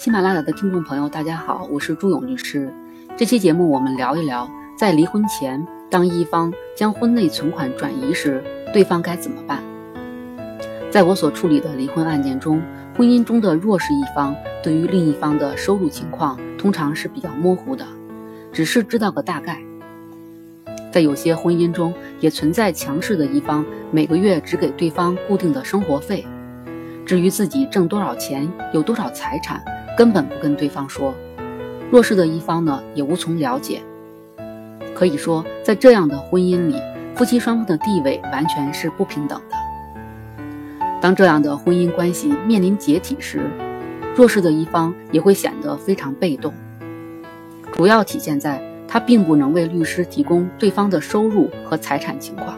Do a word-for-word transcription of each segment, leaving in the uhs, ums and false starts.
喜马拉雅的听众朋友大家好，我是朱勇律师。这期节目我们聊一聊，在离婚前，当一方将婚内存款转移时，对方该怎么办。在我所处理的离婚案件中，婚姻中的弱势一方对于另一方的收入情况通常是比较模糊的，只是知道个大概。在有些婚姻中也存在强势的一方每个月只给对方固定的生活费，至于自己挣多少钱有多少财产根本不跟对方说，弱势的一方呢也无从了解。可以说在这样的婚姻里，夫妻双方的地位完全是不平等的。当这样的婚姻关系面临解体时，弱势的一方也会显得非常被动，主要体现在他并不能为律师提供对方的收入和财产情况。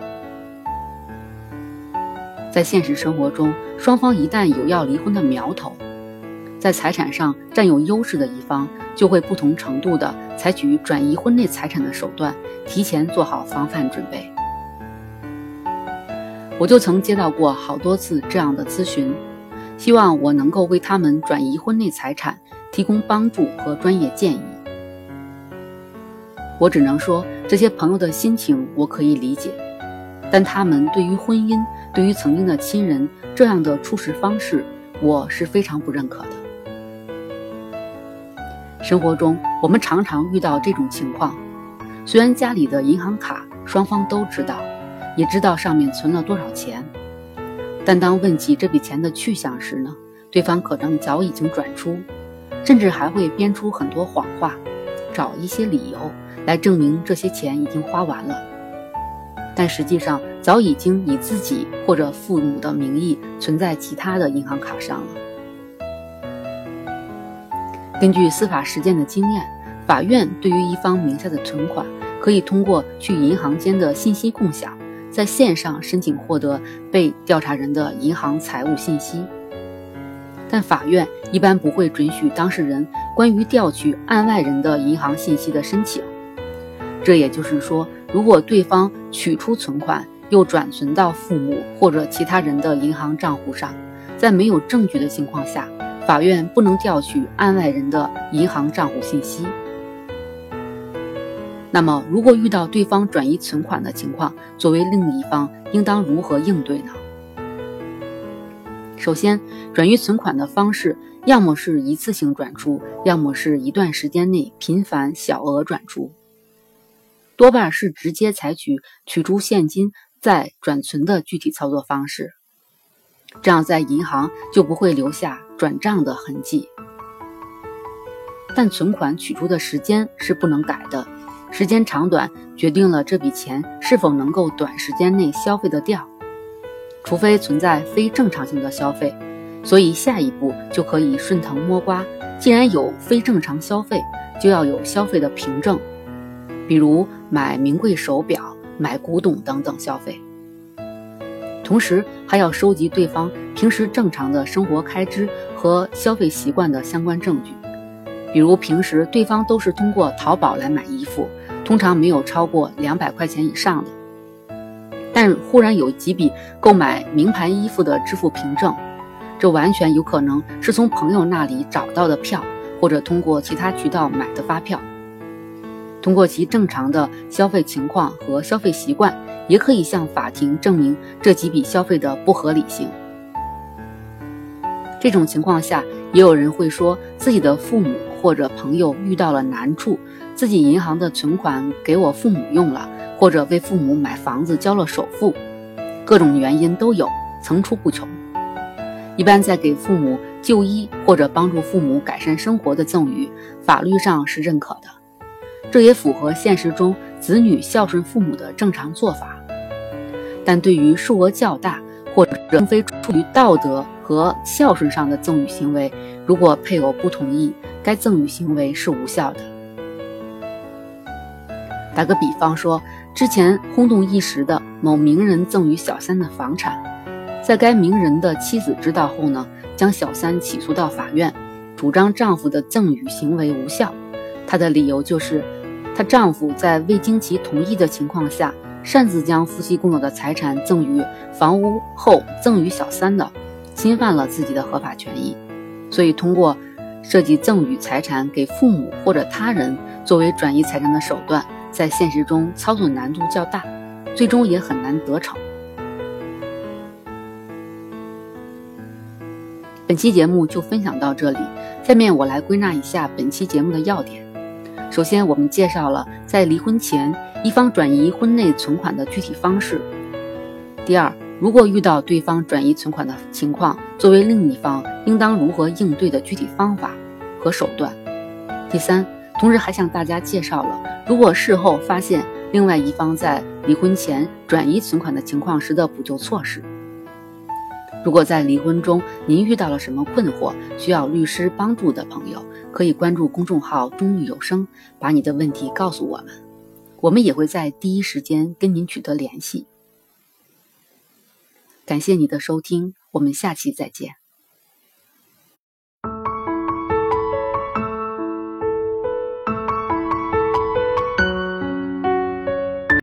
在现实生活中，双方一旦有要离婚的苗头，在财产上占有优势的一方就会不同程度地采取转移婚内财产的手段，提前做好防范准备。我就曾接到过好多次这样的咨询，希望我能够为他们转移婚内财产提供帮助和专业建议。我只能说，这些朋友的心情我可以理解，但他们对于婚姻，对于曾经的亲人这样的处事方式，我是非常不认可的。生活中我们常常遇到这种情况，虽然家里的银行卡双方都知道，也知道上面存了多少钱，但当问起这笔钱的去向时呢，对方可能早已经转出，甚至还会编出很多谎话，找一些理由来证明这些钱已经花完了，但实际上早已经以自己或者父母的名义存在其他的银行卡上了。根据司法实践的经验，法院对于一方名下的存款，可以通过去银行间的信息共享，在线上申请获得被调查人的银行财务信息，但法院一般不会准许当事人关于调取案外人的银行信息的申请。这也就是说，如果对方取出存款又转存到父母或者其他人的银行账户上，在没有证据的情况下，法院不能调取案外人的银行账户信息。那么如果遇到对方转移存款的情况，作为另一方应当如何应对呢？首先，转移存款的方式要么是一次性转出，要么是一段时间内频繁小额转出，多半是直接采取取出现金再转存的具体操作方式，这样在银行就不会留下转账的痕迹。但存款取出的时间是不能改的，时间长短决定了这笔钱是否能够短时间内消费得掉，除非存在非正常性的消费，所以下一步就可以顺藤摸瓜，既然有非正常消费，就要有消费的凭证，比如买名贵手表、买古董等等消费。同时还要收集对方平时正常的生活开支和消费习惯的相关证据，比如平时对方都是通过淘宝来买衣服，通常没有超过两百块钱以上的，但忽然有几笔购买名牌衣服的支付凭证，这完全有可能是从朋友那里找到的票，或者通过其他渠道买的发票。通过其正常的消费情况和消费习惯，也可以向法庭证明这几笔消费的不合理性。这种情况下，也有人会说自己的父母或者朋友遇到了难处，自己银行的存款给我父母用了，或者为父母买房子交了首付，各种原因都有，层出不穷。一般在给父母就医或者帮助父母改善生活的赠与，法律上是认可的，这也符合现实中子女孝顺父母的正常做法。但对于数额较大或者并非出于道德和孝顺上的赠与行为，如果配偶不同意，该赠与行为是无效的。打个比方说，之前轰动一时的某名人赠与小三的房产，在该名人的妻子知道后呢，将小三起诉到法院，主张丈夫的赠与行为无效。她的理由就是她丈夫在未经其同意的情况下，擅自将夫妻共有的财产赠与房屋后赠与小三的，侵犯了自己的合法权益，所以通过涉及赠与财产给父母或者他人作为转移财产的手段，在现实中操作难度较大，最终也很难得逞。本期节目就分享到这里，下面我来归纳一下本期节目的要点。首先，我们介绍了在离婚前一方转移婚内存款的具体方式。第二，如果遇到对方转移存款的情况，作为另一方应当如何应对的具体方法和手段。第三，同时还向大家介绍了如果事后发现另外一方在离婚前转移存款的情况时的补救措施。如果在离婚中您遇到了什么困惑，需要律师帮助的朋友，可以关注公众号中律有声，把你的问题告诉我们，我们也会在第一时间跟您取得联系。感谢你的收听，我们下期再见。